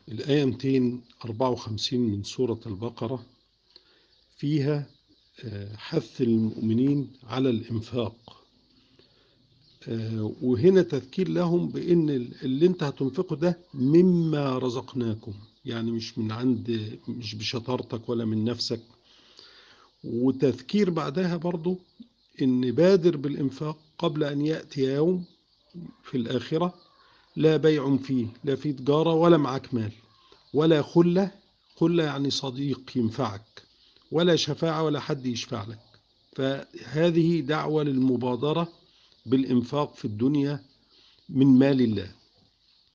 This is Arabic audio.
الآية 254 من سورة البقرة فيها حث المؤمنين على الإنفاق، وهنا تذكير لهم بأن اللي انت هتنفقه ده مما رزقناكم، يعني مش بشطارتك ولا من نفسك. وتذكير بعدها برضو ان بادر بالإنفاق قبل أن يأتي يوم في الآخرة لا بيع فيه، لا في تجارة ولا معاك مال، ولا خلة يعني صديق ينفعك، ولا شفاعة ولا حد يشفع لك. فهذه دعوة للمبادرة بالإنفاق في الدنيا من مال الله.